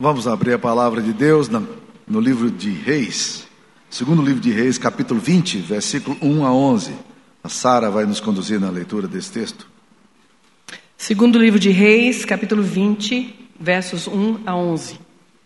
Vamos abrir a palavra de Deus no livro de Reis, segundo livro de Reis, capítulo 20, versículo 1 a 11. A Sara vai nos conduzir na leitura desse texto. Segundo livro de Reis, capítulo 20, versos 1 a 11.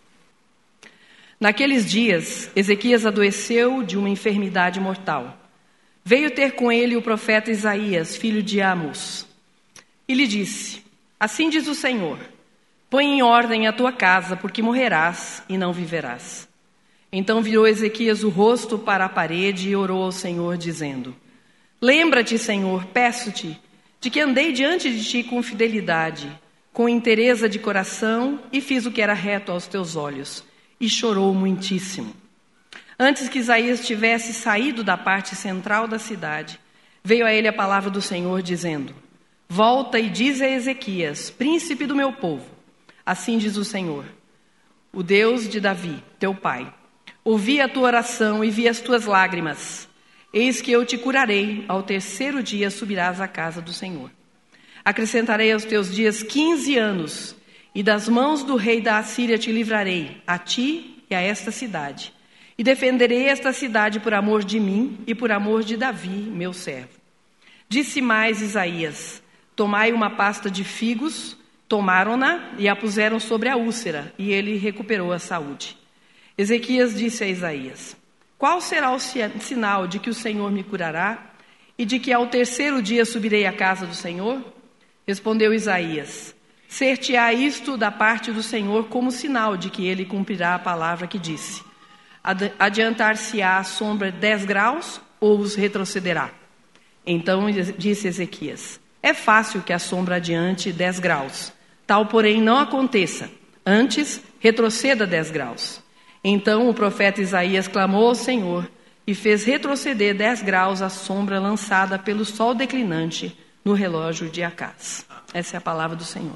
Naqueles dias, Ezequias adoeceu de uma enfermidade mortal. Veio ter com ele o profeta Isaías, filho de Amós, e lhe disse: Assim diz o Senhor, põe em ordem a tua casa, porque morrerás e não viverás. Então virou Ezequias o rosto para a parede e orou ao Senhor, dizendo: Lembra-te, Senhor, peço-te, de que andei diante de ti com fidelidade, com inteireza de coração, e fiz o que era reto aos teus olhos. E chorou muitíssimo. Antes que Isaías tivesse saído da parte central da cidade, veio a ele a palavra do Senhor, dizendo: Volta e diz a Ezequias, príncipe do meu povo: Assim diz o Senhor, o Deus de Davi, teu pai: Ouvi a tua oração e vi as tuas lágrimas. Eis que eu te curarei, ao terceiro dia subirás à casa do Senhor. Acrescentarei aos teus dias 15 anos, e das mãos do rei da Assíria te livrarei, a ti e a esta cidade. E defenderei esta cidade por amor de mim e por amor de Davi, meu servo. Disse mais Isaías: Tomai uma pasta de figos. Tomaram-na e a puseram sobre a úlcera, e ele recuperou a saúde. Ezequias disse a Isaías: Qual será o sinal de que o Senhor me curará e de que ao terceiro dia subirei à casa do Senhor? Respondeu Isaías: Ser-te-á isto da parte do Senhor como sinal de que ele cumprirá a palavra que disse. Adiantar-se-á a sombra 10 graus ou os retrocederá? Então disse Ezequias: É fácil que a sombra adiante 10 graus. Tal, porém, não aconteça. Antes, retroceda 10 graus. Então o profeta Isaías clamou ao Senhor e fez retroceder 10 graus a sombra lançada pelo sol declinante no relógio de Acás. Essa é a palavra do Senhor.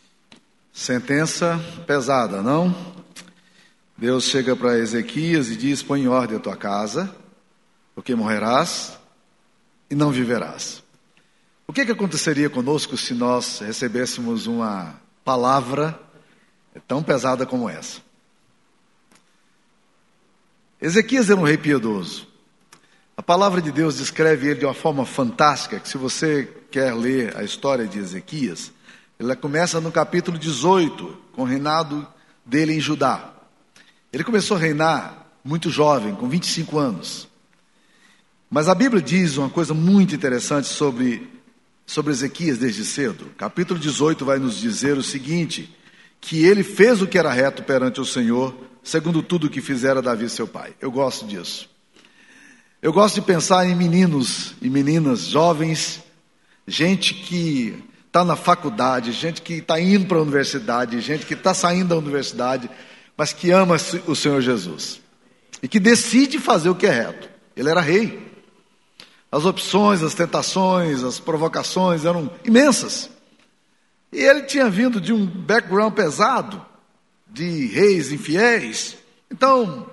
Sentença pesada, não? Deus chega para Ezequias e diz: Põe em ordem a tua casa, porque morrerás e não viverás. O que aconteceria conosco se nós recebêssemos uma palavra tão pesada como essa? Ezequias era um rei piedoso. A palavra de Deus descreve ele de uma forma fantástica, que se você quer ler a história de Ezequias, ela começa no capítulo 18, com o reinado dele em Judá. Ele começou a reinar muito jovem, com 25 anos. Mas a Bíblia diz uma coisa muito interessante sobre Ezequias desde cedo. Capítulo 18 vai nos dizer o seguinte: que ele fez o que era reto perante o Senhor, segundo tudo o que fizera Davi seu pai. Eu gosto disso. Eu gosto de pensar em meninos e meninas jovens, gente que está na faculdade, gente que está indo para a universidade, gente que está saindo da universidade, mas que ama o Senhor Jesus e que decide fazer o que é reto. Ele era rei. As opções, as tentações, as provocações eram imensas. E ele tinha vindo de um background pesado, de reis infiéis. Então,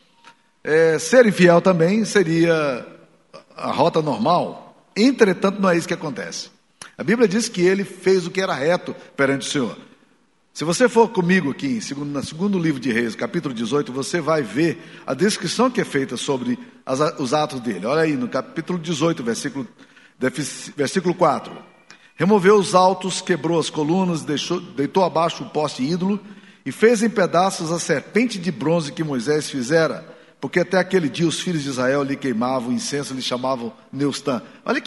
ser infiel também seria a rota normal. Entretanto, não é isso que acontece. A Bíblia diz que ele fez o que era reto perante o Senhor. Se você for comigo aqui, no segundo livro de Reis, capítulo 18, você vai ver a descrição que é feita sobre os atos dele. Olha aí, no capítulo 18, versículo 4. Removeu os altos, quebrou as colunas, deitou abaixo o poste ídolo e fez em pedaços a serpente de bronze que Moisés fizera, porque até aquele dia os filhos de Israel lhe queimavam incenso, lhe chamavam Neustã. Olha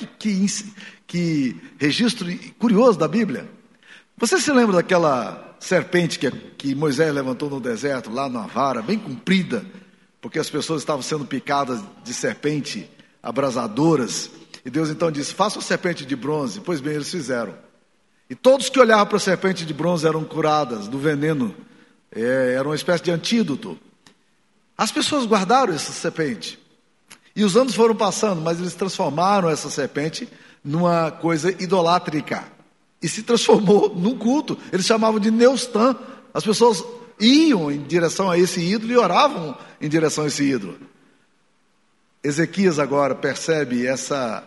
que registro curioso da Bíblia. Você se lembra daquela serpente que Moisés levantou no deserto, lá numa vara, bem comprida, porque as pessoas estavam sendo picadas de serpente abrasadoras, e Deus então disse: faça uma serpente de bronze. Pois bem, eles fizeram, e todos que olhavam para a serpente de bronze eram curadas do veneno, era uma espécie de antídoto. As pessoas guardaram essa serpente, e os anos foram passando, mas eles transformaram essa serpente numa coisa idolátrica, e se transformou num culto. Eles chamavam de Neustã. As pessoas iam em direção a esse ídolo e oravam em direção a esse ídolo. Ezequias agora percebe essa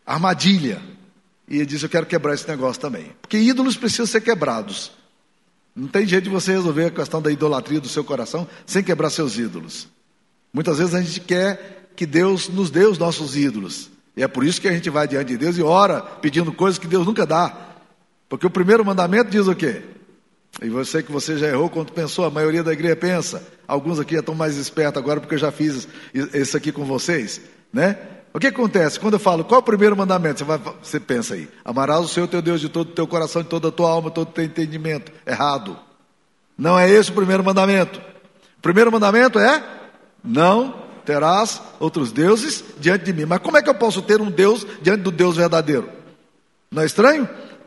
armadilha e ele diz: eu quero quebrar esse negócio também, porque ídolos precisam ser quebrados. Não tem jeito de você resolver a questão da idolatria do seu coração sem quebrar seus ídolos. Muitas vezes a gente quer que Deus nos dê os nossos ídolos. E é por isso que a gente vai diante de Deus e ora pedindo coisas que Deus nunca dá. Porque o primeiro mandamento diz o quê? E você que você já errou quando pensou, a maioria da igreja pensa. Alguns aqui já estão mais espertos agora porque eu já fiz isso aqui com vocês, né? O que acontece? Quando eu falo, qual é o primeiro mandamento? Você pensa aí, amarás o Senhor teu Deus de todo o teu coração, de toda a tua alma, de todo o teu entendimento. Errado. Não é esse o primeiro mandamento. O primeiro mandamento é, não terás outros deuses diante de mim. Mas como é que eu posso ter um Deus diante do Deus verdadeiro? Não é estranho?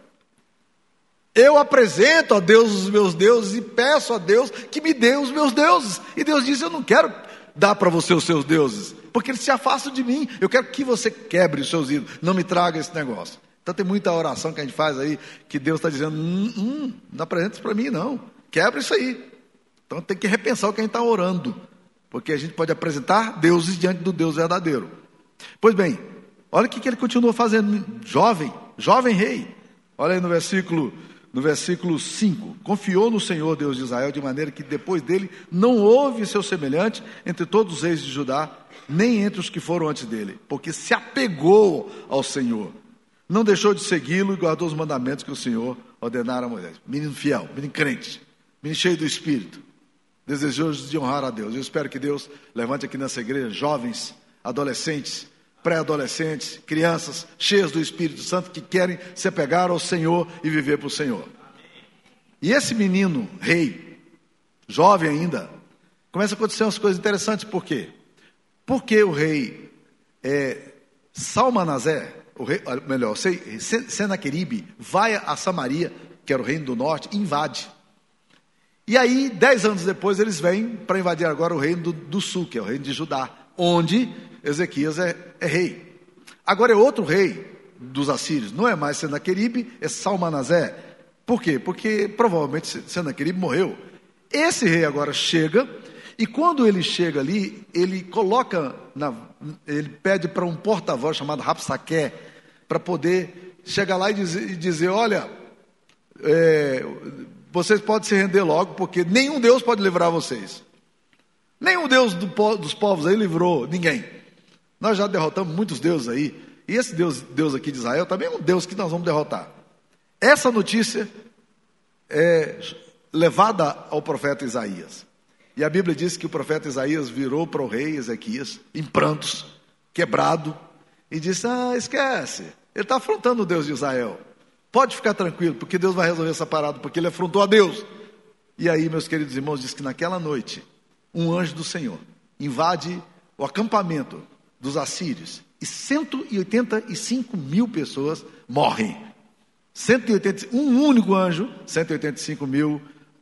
Eu apresento a Deus os meus deuses e peço a Deus que me dê os meus deuses. E Deus diz, eu não quero dar para você os seus deuses, porque eles se afastam de mim. Eu quero que você quebre os seus ídolos, não me traga esse negócio. Então tem muita oração que a gente faz aí, que Deus está dizendo, não apresenta isso para mim não, quebra isso aí. Então tem que repensar o que a gente está orando, porque a gente pode apresentar deuses diante do Deus verdadeiro. Pois bem, olha o que ele continua fazendo, jovem rei. Olha aí no versículo 5, confiou no Senhor Deus de Israel, de maneira que depois dele não houve seu semelhante entre todos os reis de Judá, nem entre os que foram antes dele, porque se apegou ao Senhor, não deixou de segui-lo e guardou os mandamentos que o Senhor ordenara a Moisés. Menino fiel, menino crente, menino cheio do Espírito, desejoso de honrar a Deus. Eu espero que Deus levante aqui nessa igreja jovens, adolescentes, pré-adolescentes, crianças cheias do Espírito Santo que querem se apegar ao Senhor e viver para o Senhor. E esse menino rei, jovem ainda, começa a acontecer umas coisas interessantes. Por quê? Porque o rei Salmanasé, Senaqueribe, vai a Samaria, que era o reino do norte, e invade. E aí, 10 anos depois, eles vêm para invadir agora o reino do sul, que é o reino de Judá, onde Ezequias é rei. Agora é outro rei dos assírios, não é mais Senaqueribe, é Salmanasé. Por quê? Porque provavelmente Senaqueribe morreu. Esse rei agora chega, e quando ele chega ali, ele ele pede para um porta-voz chamado Rapsaque, para poder chegar lá e dizer, olha, vocês podem se render logo, porque nenhum Deus pode livrar vocês. Nenhum Deus dos povos aí livrou ninguém. Nós já derrotamos muitos deuses aí. E esse Deus aqui de Israel também é um Deus que nós vamos derrotar. Essa notícia é levada ao profeta Isaías. E a Bíblia diz que o profeta Isaías virou para o rei Ezequias, em prantos, quebrado, e disse, esquece, ele está afrontando o Deus de Israel. Pode ficar tranquilo, porque Deus vai resolver essa parada, porque ele afrontou a Deus. E aí, meus queridos irmãos, diz que naquela noite, um anjo do Senhor invade o acampamento dos assírios e 185 mil pessoas morrem. Um único anjo, 185 mil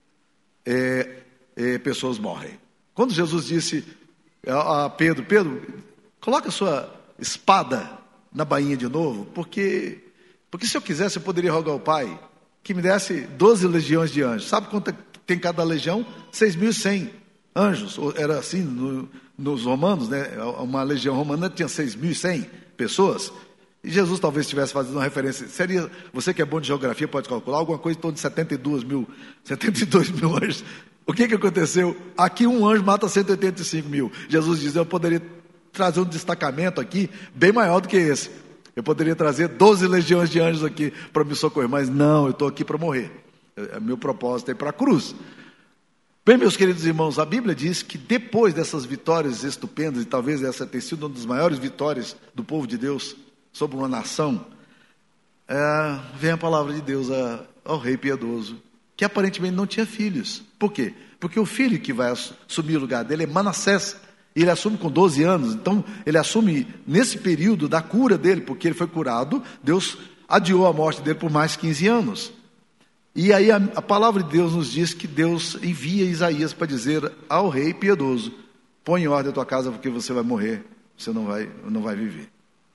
pessoas morrem. Quando Jesus disse a Pedro, coloca a sua espada na bainha de novo, porque se eu quisesse eu poderia rogar ao Pai que me desse 12 legiões de anjos. Sabe quanto tem cada legião? 6.100 anjos. Era assim nos romanos, né? Uma legião romana tinha 6.100 pessoas. E Jesus talvez estivesse fazendo uma referência. Seria, você que é bom de geografia pode calcular, alguma coisa em torno de 72 mil anjos. O que aconteceu? Aqui um anjo mata 185 mil. Jesus diz, eu poderia trazer um destacamento aqui bem maior do que esse. Eu poderia trazer 12 legiões de anjos aqui para me socorrer. Mas não, eu estou aqui para morrer. Meu propósito é ir para a cruz. Bem, meus queridos irmãos, a Bíblia diz que depois dessas vitórias estupendas, e talvez essa tenha sido uma das maiores vitórias do povo de Deus sobre uma nação, vem a palavra de Deus ao rei piedoso, que aparentemente não tinha filhos. Por quê? Porque o filho que vai assumir o lugar dele é Manassés, e ele assume com 12 anos, então ele assume nesse período da cura dele, porque ele foi curado, Deus adiou a morte dele por mais 15 anos. E aí a palavra de Deus nos diz que Deus envia Isaías para dizer ao rei piedoso, põe em ordem a tua casa porque você vai morrer, você não vai viver.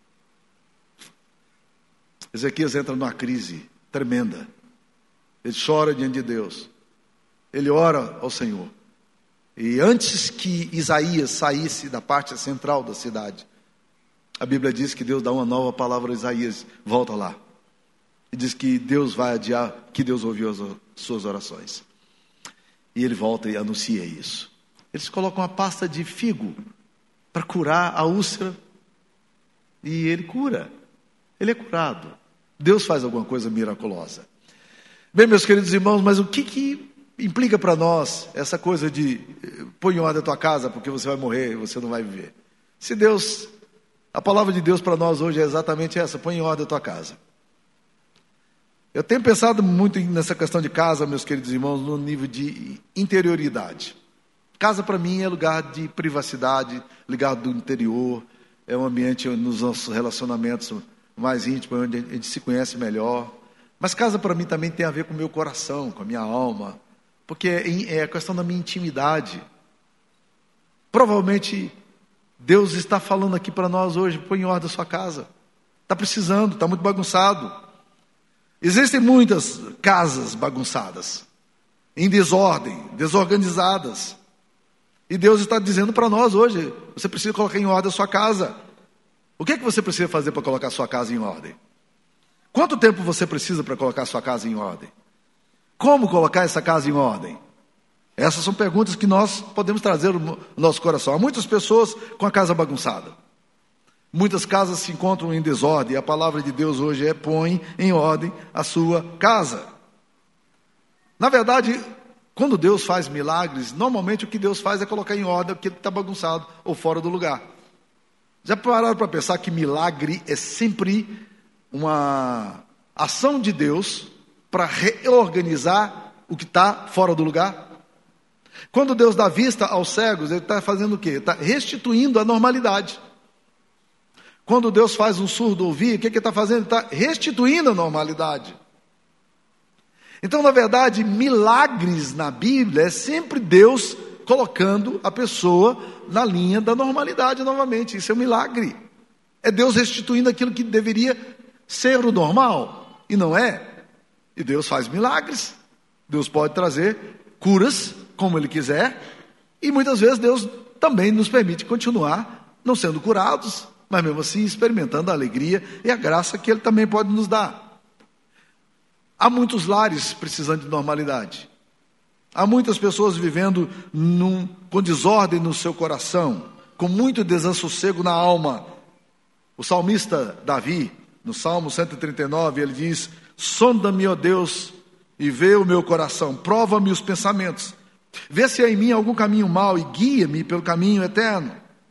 Ezequias entra numa crise tremenda. Ele chora diante de Deus. Ele ora ao Senhor. E antes que Isaías saísse da parte central da cidade, a Bíblia diz que Deus dá uma nova palavra a Isaías. Volta lá. E diz que Deus vai adiar, que Deus ouviu as suas orações. E ele volta e anuncia isso. Eles colocam uma pasta de figo para curar a úlcera. E ele cura. Ele é curado. Deus faz alguma coisa miraculosa. Bem, meus queridos irmãos, mas o que implica para nós essa coisa de põe em ordem a tua casa porque você vai morrer e você não vai viver? Se Deus, a palavra de Deus para nós hoje é exatamente essa: põe em ordem a tua casa. Eu tenho pensado muito nessa questão de casa, meus queridos irmãos, no nível de interioridade. Casa para mim é lugar de privacidade, lugar do interior, é um ambiente nos nossos relacionamentos mais íntimos, onde a gente se conhece melhor. Mas casa para mim também tem a ver com o meu coração, com a minha alma, porque é a questão da minha intimidade. Provavelmente Deus está falando aqui para nós hoje: põe em ordem a sua casa. Está precisando, está muito bagunçado. Existem muitas casas bagunçadas, em desordem, desorganizadas. E Deus está dizendo para nós hoje: você precisa colocar em ordem a sua casa. O que é que você precisa fazer para colocar a sua casa em ordem? Quanto tempo você precisa para colocar a sua casa em ordem? Como colocar essa casa em ordem? Essas são perguntas que nós podemos trazer no nosso coração. Há muitas pessoas com a casa bagunçada. Muitas casas se encontram em desordem. E a palavra de Deus hoje é: põe em ordem a sua casa. Na verdade, quando Deus faz milagres, normalmente o que Deus faz é colocar em ordem o que está bagunçado ou fora do lugar. Já pararam para pensar que milagre é sempre uma ação de Deus para reorganizar o que está fora do lugar? Quando Deus dá vista aos cegos, Ele está fazendo o quê? Ele está restituindo a normalidade. Quando Deus faz um surdo ouvir, o que Ele está fazendo? Ele está restituindo a normalidade. Então, na verdade, milagres na Bíblia é sempre Deus colocando a pessoa na linha da normalidade novamente. Isso é um milagre. É Deus restituindo aquilo que deveria ser o normal, e não é. E Deus faz milagres. Deus pode trazer curas, como Ele quiser, e muitas vezes Deus também nos permite continuar não sendo curados, mas mesmo assim experimentando a alegria e a graça que Ele também pode nos dar. Há muitos lares precisando de normalidade. Há muitas pessoas vivendo com desordem no seu coração, com muito desassossego na alma. O salmista Davi, no Salmo 139, ele diz: sonda-me, ó Deus, e vê o meu coração, prova-me os pensamentos, vê se há em mim algum caminho mau e guia-me pelo caminho eterno.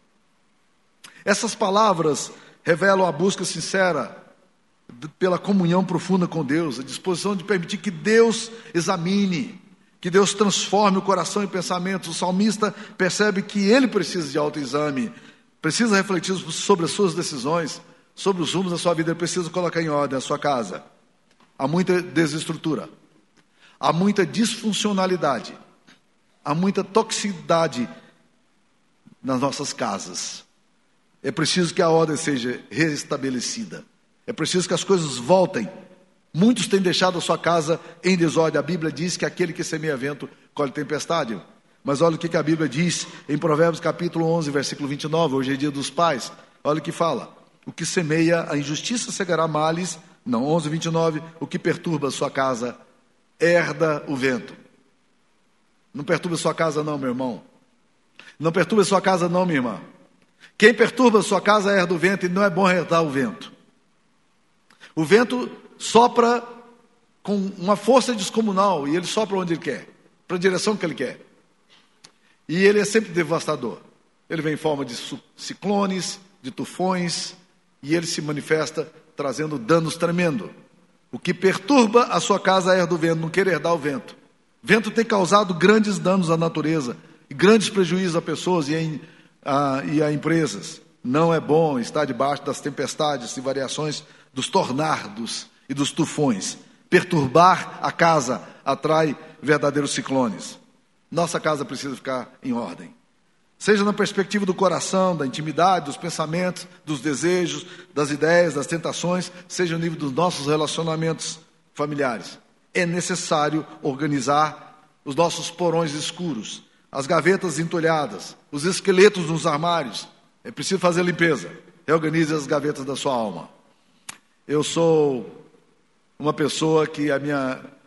Essas palavras revelam a busca sincera pela comunhão profunda com Deus, a disposição de permitir que Deus examine, que Deus transforme o coração e pensamentos. O salmista percebe que ele precisa de autoexame, precisa refletir sobre as suas decisões, sobre os rumos da sua vida. Ele precisa colocar em ordem a sua casa. Há muita desestrutura, há muita disfuncionalidade, há muita toxicidade nas nossas casas. É preciso que a ordem seja restabelecida. É preciso que as coisas voltem. Muitos têm deixado a sua casa em desordem. A Bíblia diz que aquele que semeia vento colhe tempestade. Mas olha o que a Bíblia diz em Provérbios capítulo 11, versículo 29. Hoje é dia dos pais. Olha o que fala: o que semeia a injustiça cegará males. Não, 11, 29. O que perturba a sua casa herda o vento. Não perturba a sua casa não, meu irmão. Não perturba a sua casa não, minha irmã. Quem perturba a sua casa herda o vento, e não é bom herdar o vento. O vento sopra com uma força descomunal, e ele sopra onde ele quer, para a direção que ele quer. E ele é sempre devastador. Ele vem em forma de ciclones, de tufões, e ele se manifesta trazendo danos tremendos. O que perturba a sua casa herda o vento, não quer herdar o vento. O vento tem causado grandes danos à natureza, e grandes prejuízos a pessoas e a empresas. Não é bom estar debaixo das tempestades e variações dos tornados e dos tufões. Perturbar a casa atrai verdadeiros ciclones. Nossa casa precisa ficar em ordem. Seja na perspectiva do coração, da intimidade, dos pensamentos, dos desejos, das ideias, das tentações, seja no nível dos nossos relacionamentos familiares. É necessário organizar os nossos porões escuros, as gavetas entulhadas, os esqueletos nos armários. É preciso fazer limpeza. Reorganize as gavetas da sua alma. Eu sou uma pessoa que a minha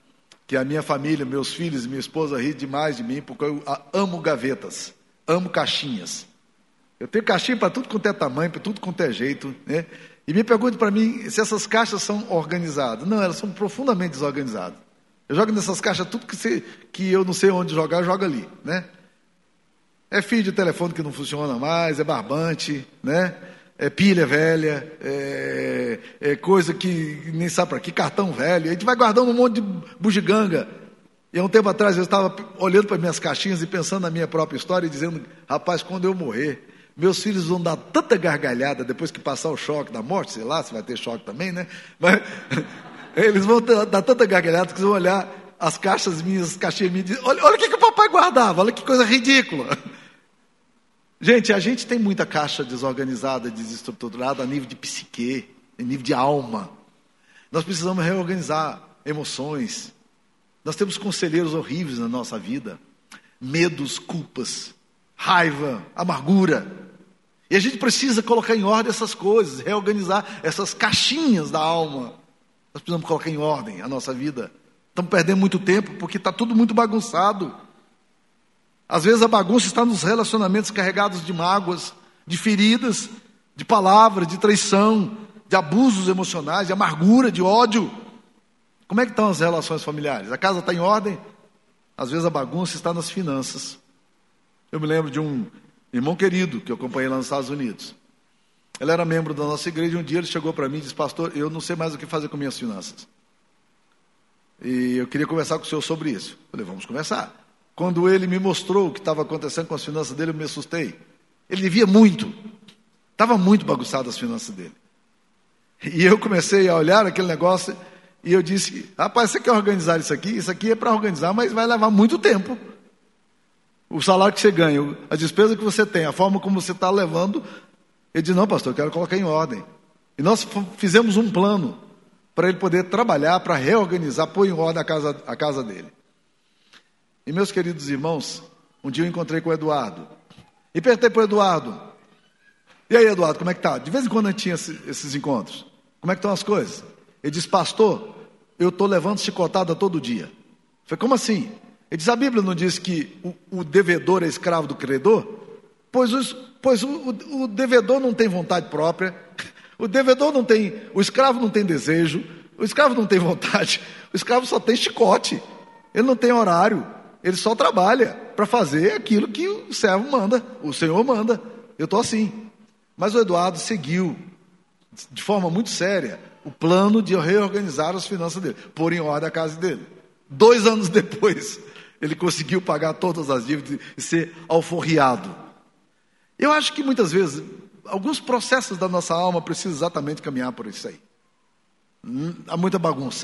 que a minha família, meus filhos e minha esposa riem demais de mim, porque eu amo gavetas, amo caixinhas. Eu tenho caixinha para tudo quanto é tamanho, para tudo quanto é jeito, né? E me perguntam para mim se essas caixas são organizadas. Não, elas são profundamente desorganizadas. Eu jogo nessas caixas tudo que eu não sei onde jogar, eu jogo ali, né? É fio de telefone que não funciona mais, é barbante, né? É pilha velha, é coisa que nem sabe para que, cartão velho. A gente vai guardando um monte de bugiganga. E há um tempo atrás eu estava olhando para minhas caixinhas e pensando na minha própria história e dizendo, rapaz, quando eu morrer, meus filhos vão dar tanta gargalhada depois que passar o choque da morte, sei lá, se vai ter choque também, né? Mas eles vão dar tanta gargalhada que eles vão olhar as caixinhas minhas e dizer, olha o que o papai guardava, olha que coisa ridícula. Gente, a gente tem muita caixa desorganizada, desestruturada a nível de psique, a nível de alma. Nós precisamos reorganizar emoções. Nós temos conselheiros horríveis na nossa vida. Medos, culpas, raiva, amargura. E a gente precisa colocar em ordem essas coisas, reorganizar essas caixinhas da alma. Nós precisamos colocar em ordem a nossa vida. Estamos perdendo muito tempo porque está tudo muito bagunçado. Às vezes a bagunça está nos relacionamentos carregados de mágoas, de feridas, de palavras, de traição, de abusos emocionais, de amargura, de ódio. Como é que estão as relações familiares? A casa está em ordem? Às vezes a bagunça está nas finanças. Eu me lembro de um irmão querido que eu acompanhei lá nos Estados Unidos. Ele era membro da nossa igreja e um dia ele chegou para mim e disse, pastor, eu não sei mais o que fazer com minhas finanças. E eu queria conversar com o senhor sobre isso. Eu falei, vamos conversar. Quando ele me mostrou o que estava acontecendo com as finanças dele, eu me assustei. Ele devia muito. Estava muito bagunçado as finanças dele. E eu comecei a olhar aquele negócio e eu disse, rapaz, você quer organizar isso aqui? Isso aqui é para organizar, mas vai levar muito tempo. O salário que você ganha, a despesa que você tem, a forma como você está levando. Ele disse, não, pastor, eu quero colocar em ordem. E nós fizemos um plano para ele poder trabalhar, para reorganizar, pôr em ordem a casa dele. E meus queridos irmãos, um dia eu encontrei com o Eduardo. E perguntei para o Eduardo, e aí Eduardo, como é que está? De vez em quando a gente tinha esses encontros. Como é que estão as coisas? Ele disse, pastor, eu estou levando chicotada todo dia. Eu falei, como assim? Ele disse, a Bíblia não diz que o devedor é escravo do credor? Pois o devedor não tem vontade própria, o escravo não tem desejo, o escravo não tem vontade, o escravo só tem chicote, ele não tem horário. Ele só trabalha para fazer aquilo que o servo manda, o Senhor manda. Eu estou assim. Mas o Eduardo seguiu, de forma muito séria, o plano de reorganizar as finanças dele, pôr em ordem a casa dele. 2 anos depois, ele conseguiu pagar todas as dívidas e ser alforriado. Eu acho que muitas vezes, alguns processos da nossa alma precisam exatamente caminhar por isso aí. Há muita bagunça,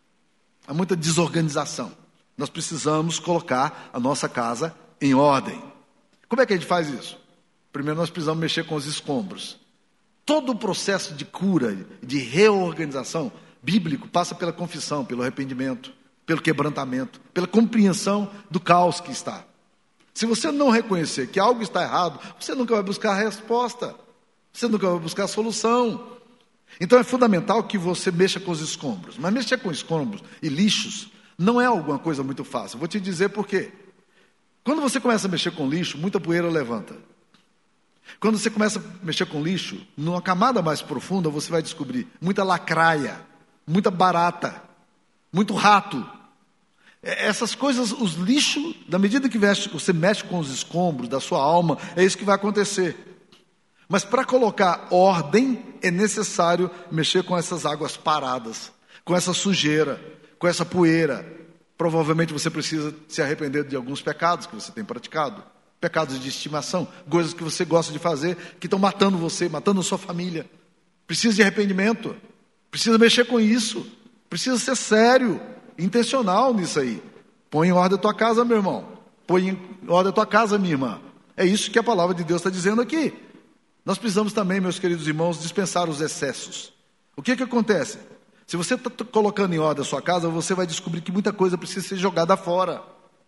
há muita desorganização. Nós precisamos colocar a nossa casa em ordem. Como é que a gente faz isso? Primeiro nós precisamos mexer com os escombros. Todo o processo de cura, de reorganização bíblico passa pela confissão, pelo arrependimento, pelo quebrantamento, pela compreensão do caos que está. Se você não reconhecer que algo está errado, você nunca vai buscar a resposta. Você nunca vai buscar a solução. Então é fundamental que você mexa com os escombros. Mas mexer com escombros e lixos não é alguma coisa muito fácil. Vou te dizer por quê. Quando você começa a mexer com lixo, muita poeira levanta. Quando você começa a mexer com lixo, numa camada mais profunda, você vai descobrir muita lacraia, muita barata, muito rato. Essas coisas, os lixos, na medida que você mexe com os escombros da sua alma, é isso que vai acontecer. Mas para colocar ordem, é necessário mexer com essas águas paradas, com essa sujeira, com essa poeira. Provavelmente você precisa se arrepender de alguns pecados que você tem praticado. Pecados de estimação, coisas que você gosta de fazer, que estão matando você, matando a sua família. Precisa de arrependimento, precisa mexer com isso, precisa ser sério, intencional nisso aí. Põe em ordem a tua casa, meu irmão. Põe em ordem a tua casa, minha irmã. É isso que a palavra de Deus está dizendo aqui. Nós precisamos também, meus queridos irmãos, dispensar os excessos. O que acontece? Se você está colocando em ordem a sua casa, você vai descobrir que muita coisa precisa ser jogada fora.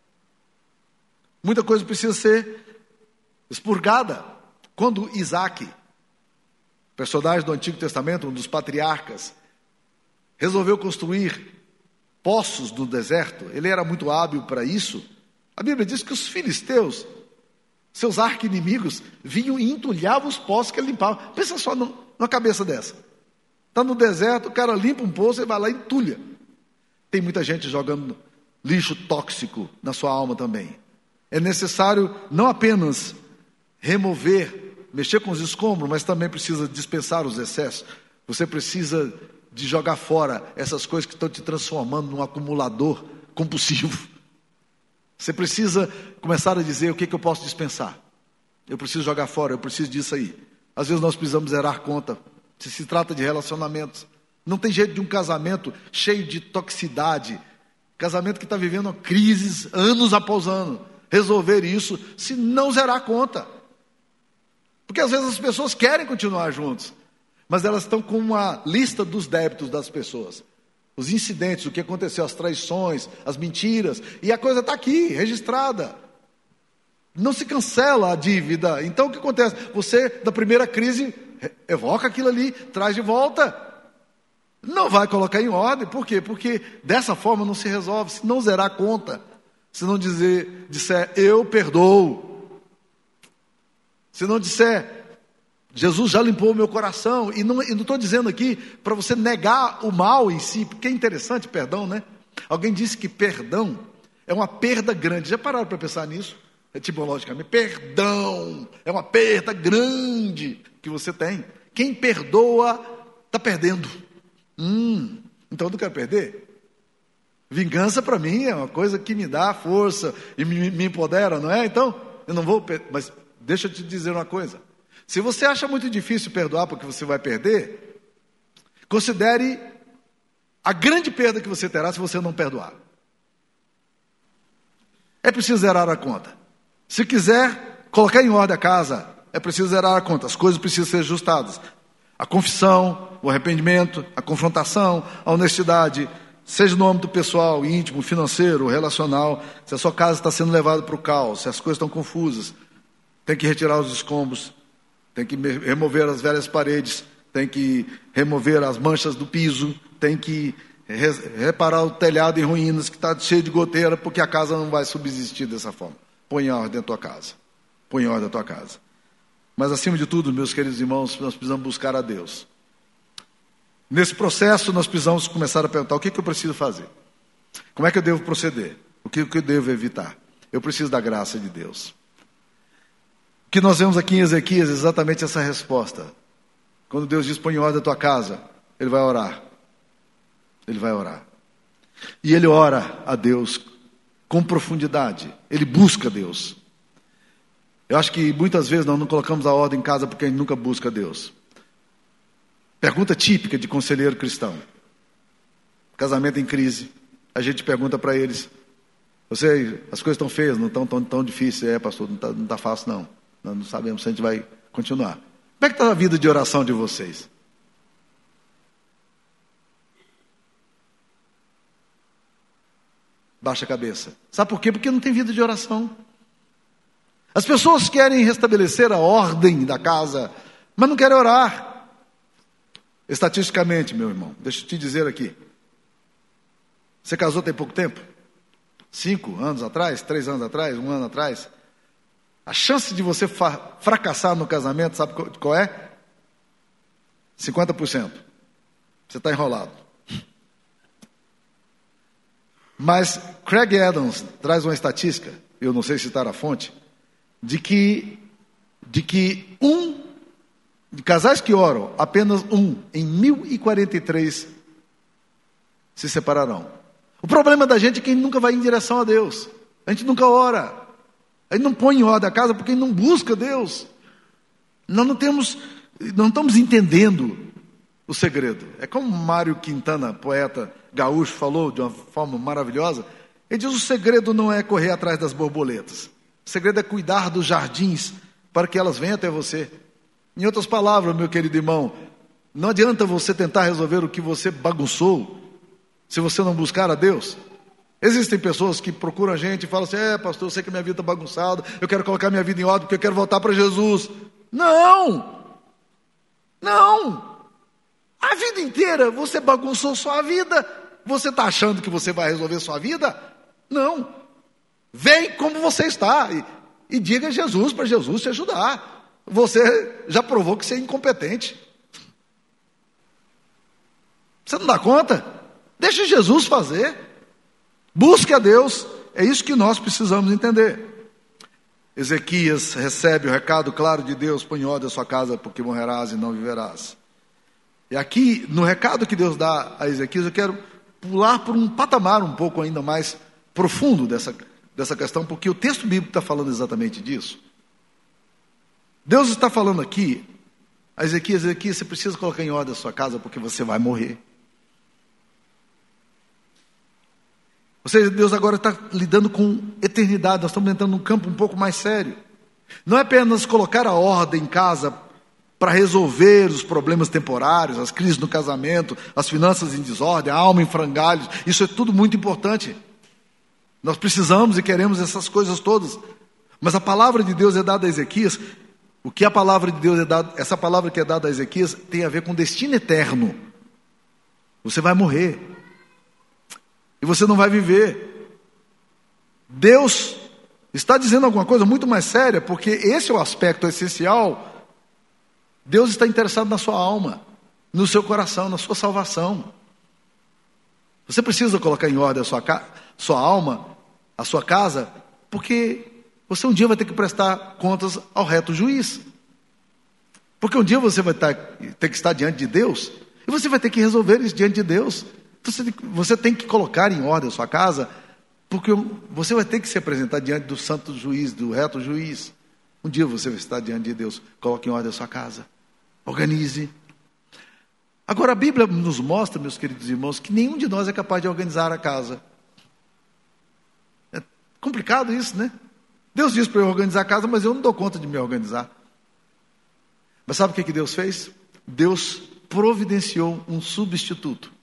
Muita coisa precisa ser expurgada. Quando Isaac, personagem do Antigo Testamento, um dos patriarcas, resolveu construir poços do deserto, ele era muito hábil para isso. A Bíblia diz que os filisteus, seus arqui-inimigos, vinham e entulhavam os poços que ele limpava. Pensa só numa cabeça dessa. Está no deserto, o cara limpa um poço e vai lá e entulha. Tem muita gente jogando lixo tóxico na sua alma também. É necessário não apenas remover, mexer com os escombros, mas também precisa dispensar os excessos. Você precisa de jogar fora essas coisas que estão te transformando num acumulador compulsivo. Você precisa começar a dizer: o que eu posso dispensar? Eu preciso jogar fora, eu preciso disso aí. Às vezes nós precisamos zerar conta. Se trata de relacionamentos. Não tem jeito de um casamento cheio de toxicidade, casamento que está vivendo crises anos após ano, resolver isso se não zerar a conta. Porque às vezes as pessoas querem continuar juntos, mas elas estão com uma lista dos débitos das pessoas. Os incidentes, o que aconteceu, as traições, as mentiras, e a coisa está aqui, registrada. Não se cancela a dívida. Então o que acontece? Você, da primeira crise, evoca aquilo ali, traz de volta. Não vai colocar em ordem. Por quê? Porque dessa forma não se resolve. Se não zerar a conta, se não disser eu perdoo, se não disser Jesus já limpou o meu coração, e não estou dizendo aqui para você negar o mal em si, porque é interessante perdão, né? Alguém disse que perdão é uma perda grande. Já pararam para pensar nisso? Etimologicamente, perdão é uma perda grande que você tem. Quem perdoa está perdendo. Então eu não quero perder. Vingança para mim é uma coisa que me dá força e me empodera, não é? Então eu não vou, mas deixa eu te dizer uma coisa. Se você acha muito difícil perdoar porque você vai perder, considere a grande perda que você terá se você não perdoar. É preciso zerar a conta. Se quiser colocar em ordem a casa, é preciso zerar a conta. As coisas precisam ser ajustadas. A confissão, o arrependimento, a confrontação, a honestidade, seja no âmbito pessoal, íntimo, financeiro, relacional. Se a sua casa está sendo levada para o caos, se as coisas estão confusas, tem que retirar os escombros, tem que remover as velhas paredes, tem que remover as manchas do piso, tem que reparar o telhado em ruínas que está cheio de goteira, porque a casa não vai subsistir dessa forma. Põe em ordem a tua casa. Põe em ordem a tua casa. Mas acima de tudo, meus queridos irmãos, nós precisamos buscar a Deus. Nesse processo, nós precisamos começar a perguntar: o que eu preciso fazer? Como é que eu devo proceder? O que eu devo evitar? Eu preciso da graça de Deus. O que nós vemos aqui em Ezequias é exatamente essa resposta. Quando Deus diz: põe em ordem a tua casa, Ele vai orar. Ele vai orar. E ele ora a Deus com profundidade. Ele busca Deus. Eu acho que muitas vezes nós não colocamos a ordem em casa porque a gente nunca busca Deus. Pergunta típica de conselheiro cristão. Casamento em crise. A gente pergunta para eles: as coisas estão feias, não estão tão difíceis. Pastor, não está fácil não. Nós não sabemos se a gente vai continuar. Como é que está a vida de oração de vocês? Baixa a cabeça. Sabe por quê? Porque não tem vida de oração. As pessoas querem restabelecer a ordem da casa, mas não querem orar. Estatisticamente, meu irmão, deixa eu te dizer aqui. Você casou tem pouco tempo? 5 anos atrás? 3 anos atrás? 1 ano atrás? A chance de você fracassar no casamento, sabe qual é? 50%. Você está enrolado. Mas Craig Adams traz uma estatística, eu não sei citar a fonte, de que de casais que oram, apenas em 1043 se separarão. O problema da gente é que a gente nunca vai em direção a Deus. A gente nunca ora. A gente não põe em ordem a casa porque a gente não busca Deus. Nós não estamos entendendo o segredo. É como Mário Quintana, poeta gaúcho, falou de uma forma maravilhosa. Ele diz: o segredo não é correr atrás das borboletas. O segredo é cuidar dos jardins para que elas venham até você. Em outras palavras, meu querido irmão, não adianta você tentar resolver o que você bagunçou se você não buscar a Deus. Existem pessoas que procuram a gente e falam assim: pastor, eu sei que minha vida está bagunçada, eu quero colocar minha vida em ordem porque eu quero voltar para Jesus. Não! A vida inteira você bagunçou sua vida. Você está achando que você vai resolver sua vida? Não. Vem como você está e diga a Jesus para Jesus te ajudar. Você já provou que você é incompetente. Você não dá conta? Deixa Jesus fazer. Busque a Deus. É isso que nós precisamos entender. Ezequias recebe o recado claro de Deus: põe em ordem a sua casa, porque morrerás e não viverás. E aqui, no recado que Deus dá a Ezequias, eu quero pular por um patamar um pouco ainda mais profundo dessa questão, porque o texto bíblico está falando exatamente disso. Deus está falando aqui a Ezequias: Ezequias, você precisa colocar em ordem a sua casa, porque você vai morrer. Ou seja, Deus agora está lidando com eternidade. Nós estamos entrando num campo um pouco mais sério. Não é apenas colocar a ordem em casa para resolver os problemas temporários, as crises no casamento, as finanças em desordem, a alma em frangalhos. Isso é tudo muito importante. Nós precisamos e queremos essas coisas todas. Mas a palavra de Deus é dada a Ezequias. O que a palavra de Deus é dada, essa palavra que é dada a Ezequias, tem a ver com destino eterno. Você vai morrer. E você não vai viver. Deus está dizendo alguma coisa muito mais séria, porque esse é o aspecto essencial. Deus está interessado na sua alma, no seu coração, na sua salvação. Você precisa colocar em ordem a sua alma, a sua casa, porque você um dia vai ter que prestar contas ao reto juiz. Porque um dia você vai ter que estar diante de Deus, e você vai ter que resolver isso diante de Deus. Você tem que colocar em ordem a sua casa, porque você vai ter que se apresentar diante do santo juiz, do reto juiz. Um dia você vai estar diante de Deus. Coloque em ordem a sua casa. Organize. Agora a Bíblia nos mostra, meus queridos irmãos, que nenhum de nós é capaz de organizar a casa. É complicado isso, né? Deus diz para eu organizar a casa, mas eu não dou conta de me organizar. Mas sabe o que Deus fez? Deus providenciou um substituto.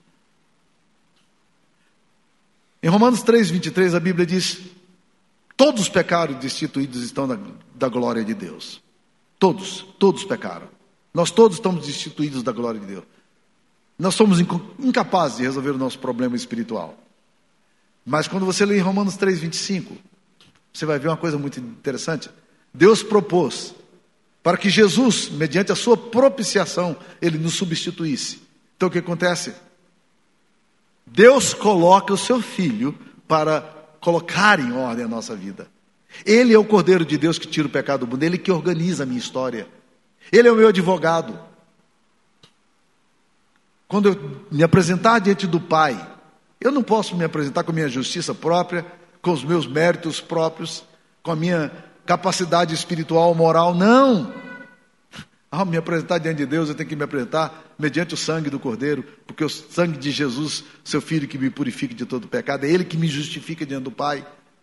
Em Romanos 3:23, a Bíblia diz: todos os pecados destituídos estão da glória de Deus. Todos pecaram. Nós todos estamos destituídos da glória de Deus. Nós somos incapazes de resolver o nosso problema espiritual. Mas quando você lê em Romanos 3:25, você vai ver uma coisa muito interessante. Deus propôs para que Jesus, mediante a sua propiciação, ele nos substituísse. Então o que acontece? Deus coloca o seu Filho para colocar em ordem a nossa vida. Ele é o Cordeiro de Deus que tira o pecado do mundo. Ele que organiza a minha história. Ele é o meu advogado. Quando eu me apresentar diante do Pai, eu não posso me apresentar com a minha justiça própria, com os meus méritos próprios, com a minha capacidade espiritual, moral. Não! Ao me apresentar diante de Deus, eu tenho que me apresentar mediante o sangue do Cordeiro, porque o sangue de Jesus, seu Filho, que me purifica de todo pecado, é Ele que me justifica diante do Pai.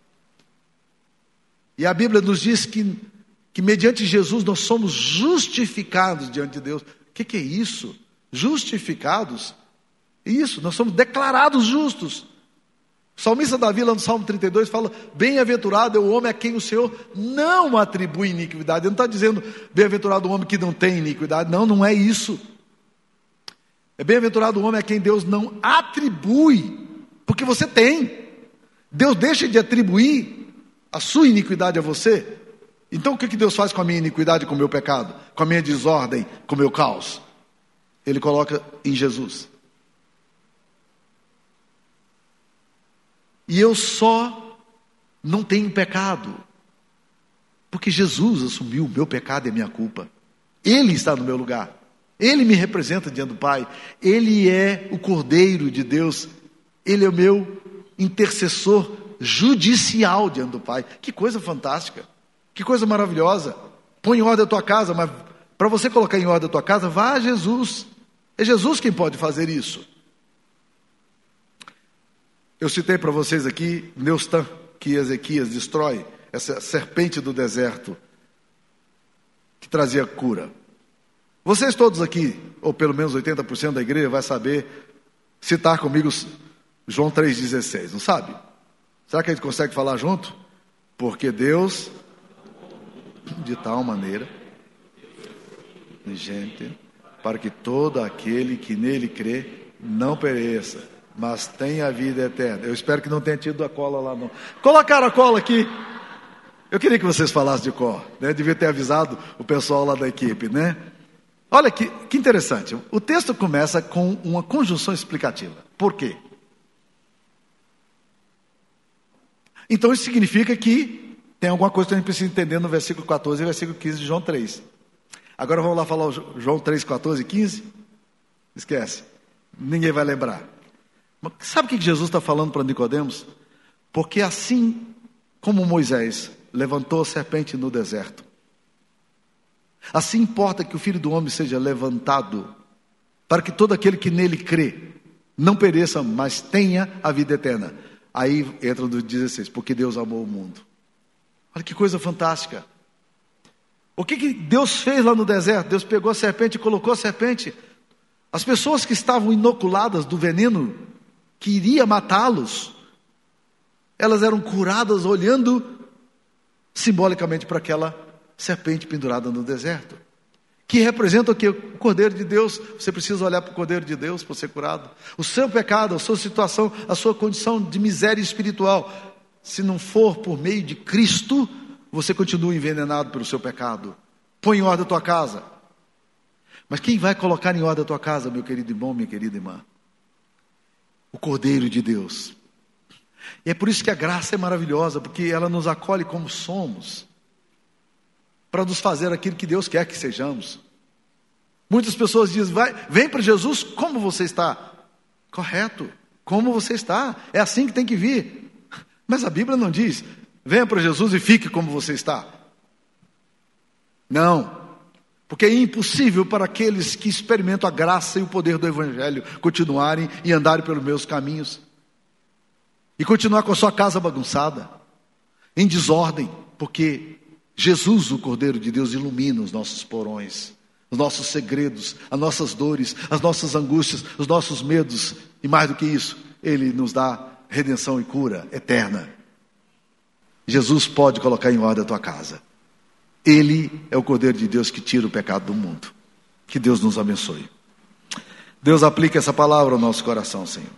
E a Bíblia nos diz que mediante Jesus nós somos justificados diante de Deus. O que é isso? Justificados? Isso, nós somos declarados justos. O salmista Davi, lá no Salmo 32, fala: bem-aventurado é o homem a quem o Senhor não atribui iniquidade. Ele não está dizendo bem-aventurado o homem que não tem iniquidade. Não, não é isso. É bem-aventurado o homem a quem Deus não atribui, porque você tem. Deus deixa de atribuir a sua iniquidade a você. Então o que Deus faz com a minha iniquidade, com o meu pecado, com a minha desordem, com o meu caos? Ele coloca em Jesus. E eu só não tenho pecado, porque Jesus assumiu o meu pecado e a minha culpa. Ele está no meu lugar. Ele me representa diante do Pai. Ele é o Cordeiro de Deus. Ele é o meu intercessor judicial diante do Pai. Que coisa fantástica. Que coisa maravilhosa. Põe em ordem a tua casa, mas para você colocar em ordem a tua casa, vá a Jesus. É Jesus quem pode fazer isso. Eu citei para vocês aqui Neustan, que Ezequias destrói, essa serpente do deserto que trazia cura. Vocês todos aqui, ou pelo menos 80% da igreja, vai saber citar comigo João 3,16, não sabe? Será que a gente consegue falar junto? Porque Deus, de tal maneira, gente, para que todo aquele que nele crê não pereça, mas tem a vida eterna. Eu espero que não tenha tido a cola lá não. Colocaram a cola aqui. Eu queria que vocês falassem de cor, né? Devia ter avisado o pessoal lá da equipe, né? Olha que interessante. O texto começa com uma conjunção explicativa. Por quê? Então isso significa que tem alguma coisa que a gente precisa entender no versículo 14 e versículo 15 de João 3. Agora vamos lá falar o João 3, 14 e 15? Esquece. Ninguém vai lembrar. Mas sabe o que Jesus está falando para Nicodemos? Porque assim como Moisés levantou a serpente no deserto, assim importa que o Filho do Homem seja levantado, para que todo aquele que nele crê não pereça, mas tenha a vida eterna. Aí entra no 16, porque Deus amou o mundo. Olha que coisa fantástica. O que Deus fez lá no deserto? Deus pegou a serpente e colocou a serpente. As pessoas que estavam inoculadas do veneno que iria matá-los, elas eram curadas olhando simbolicamente para aquela serpente pendurada no deserto, que representa o que? O Cordeiro de Deus. Você precisa olhar para o Cordeiro de Deus para ser curado. O seu pecado, a sua situação, a sua condição de miséria espiritual, se não for por meio de Cristo, você continua envenenado pelo seu pecado. Põe em ordem a tua casa. Mas quem vai colocar em ordem a tua casa, meu querido irmão, minha querida irmã? O Cordeiro de Deus. E é por isso que a graça é maravilhosa, porque ela nos acolhe como somos, para nos fazer aquilo que Deus quer que sejamos. Muitas pessoas dizem, vem para Jesus como você está. Correto, como você está. É assim que tem que vir. Mas a Bíblia não diz, venha para Jesus e fique como você está. Não, porque é impossível para aqueles que experimentam a graça e o poder do Evangelho continuarem e andarem pelos meus caminhos. E continuar com a sua casa bagunçada, em desordem, porque Jesus, o Cordeiro de Deus, ilumina os nossos porões, os nossos segredos, as nossas dores, as nossas angústias, os nossos medos, e mais do que isso, Ele nos dá redenção e cura eterna. Jesus pode colocar em ordem a tua casa. Ele é o Cordeiro de Deus que tira o pecado do mundo. Que Deus nos abençoe. Deus aplica essa palavra ao nosso coração, Senhor.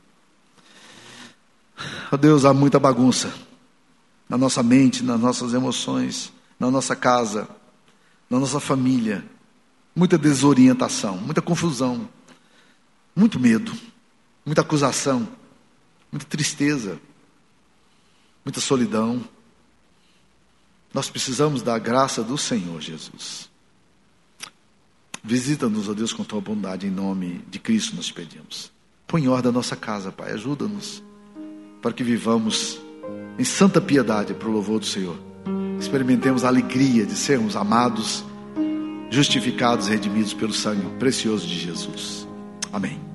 Oh Deus, há muita bagunça na nossa mente, nas nossas emoções, na nossa casa, na nossa família. Muita desorientação, muita confusão, muito medo, muita acusação, muita tristeza, muita solidão. Nós precisamos da graça do Senhor Jesus. Visita-nos, ó Deus, com tua bondade, em nome de Cristo nós pedimos. Põe em ordem a nossa casa, Pai, ajuda-nos, para que vivamos em santa piedade para o louvor do Senhor. Experimentemos a alegria de sermos amados, justificados e redimidos pelo sangue precioso de Jesus. Amém.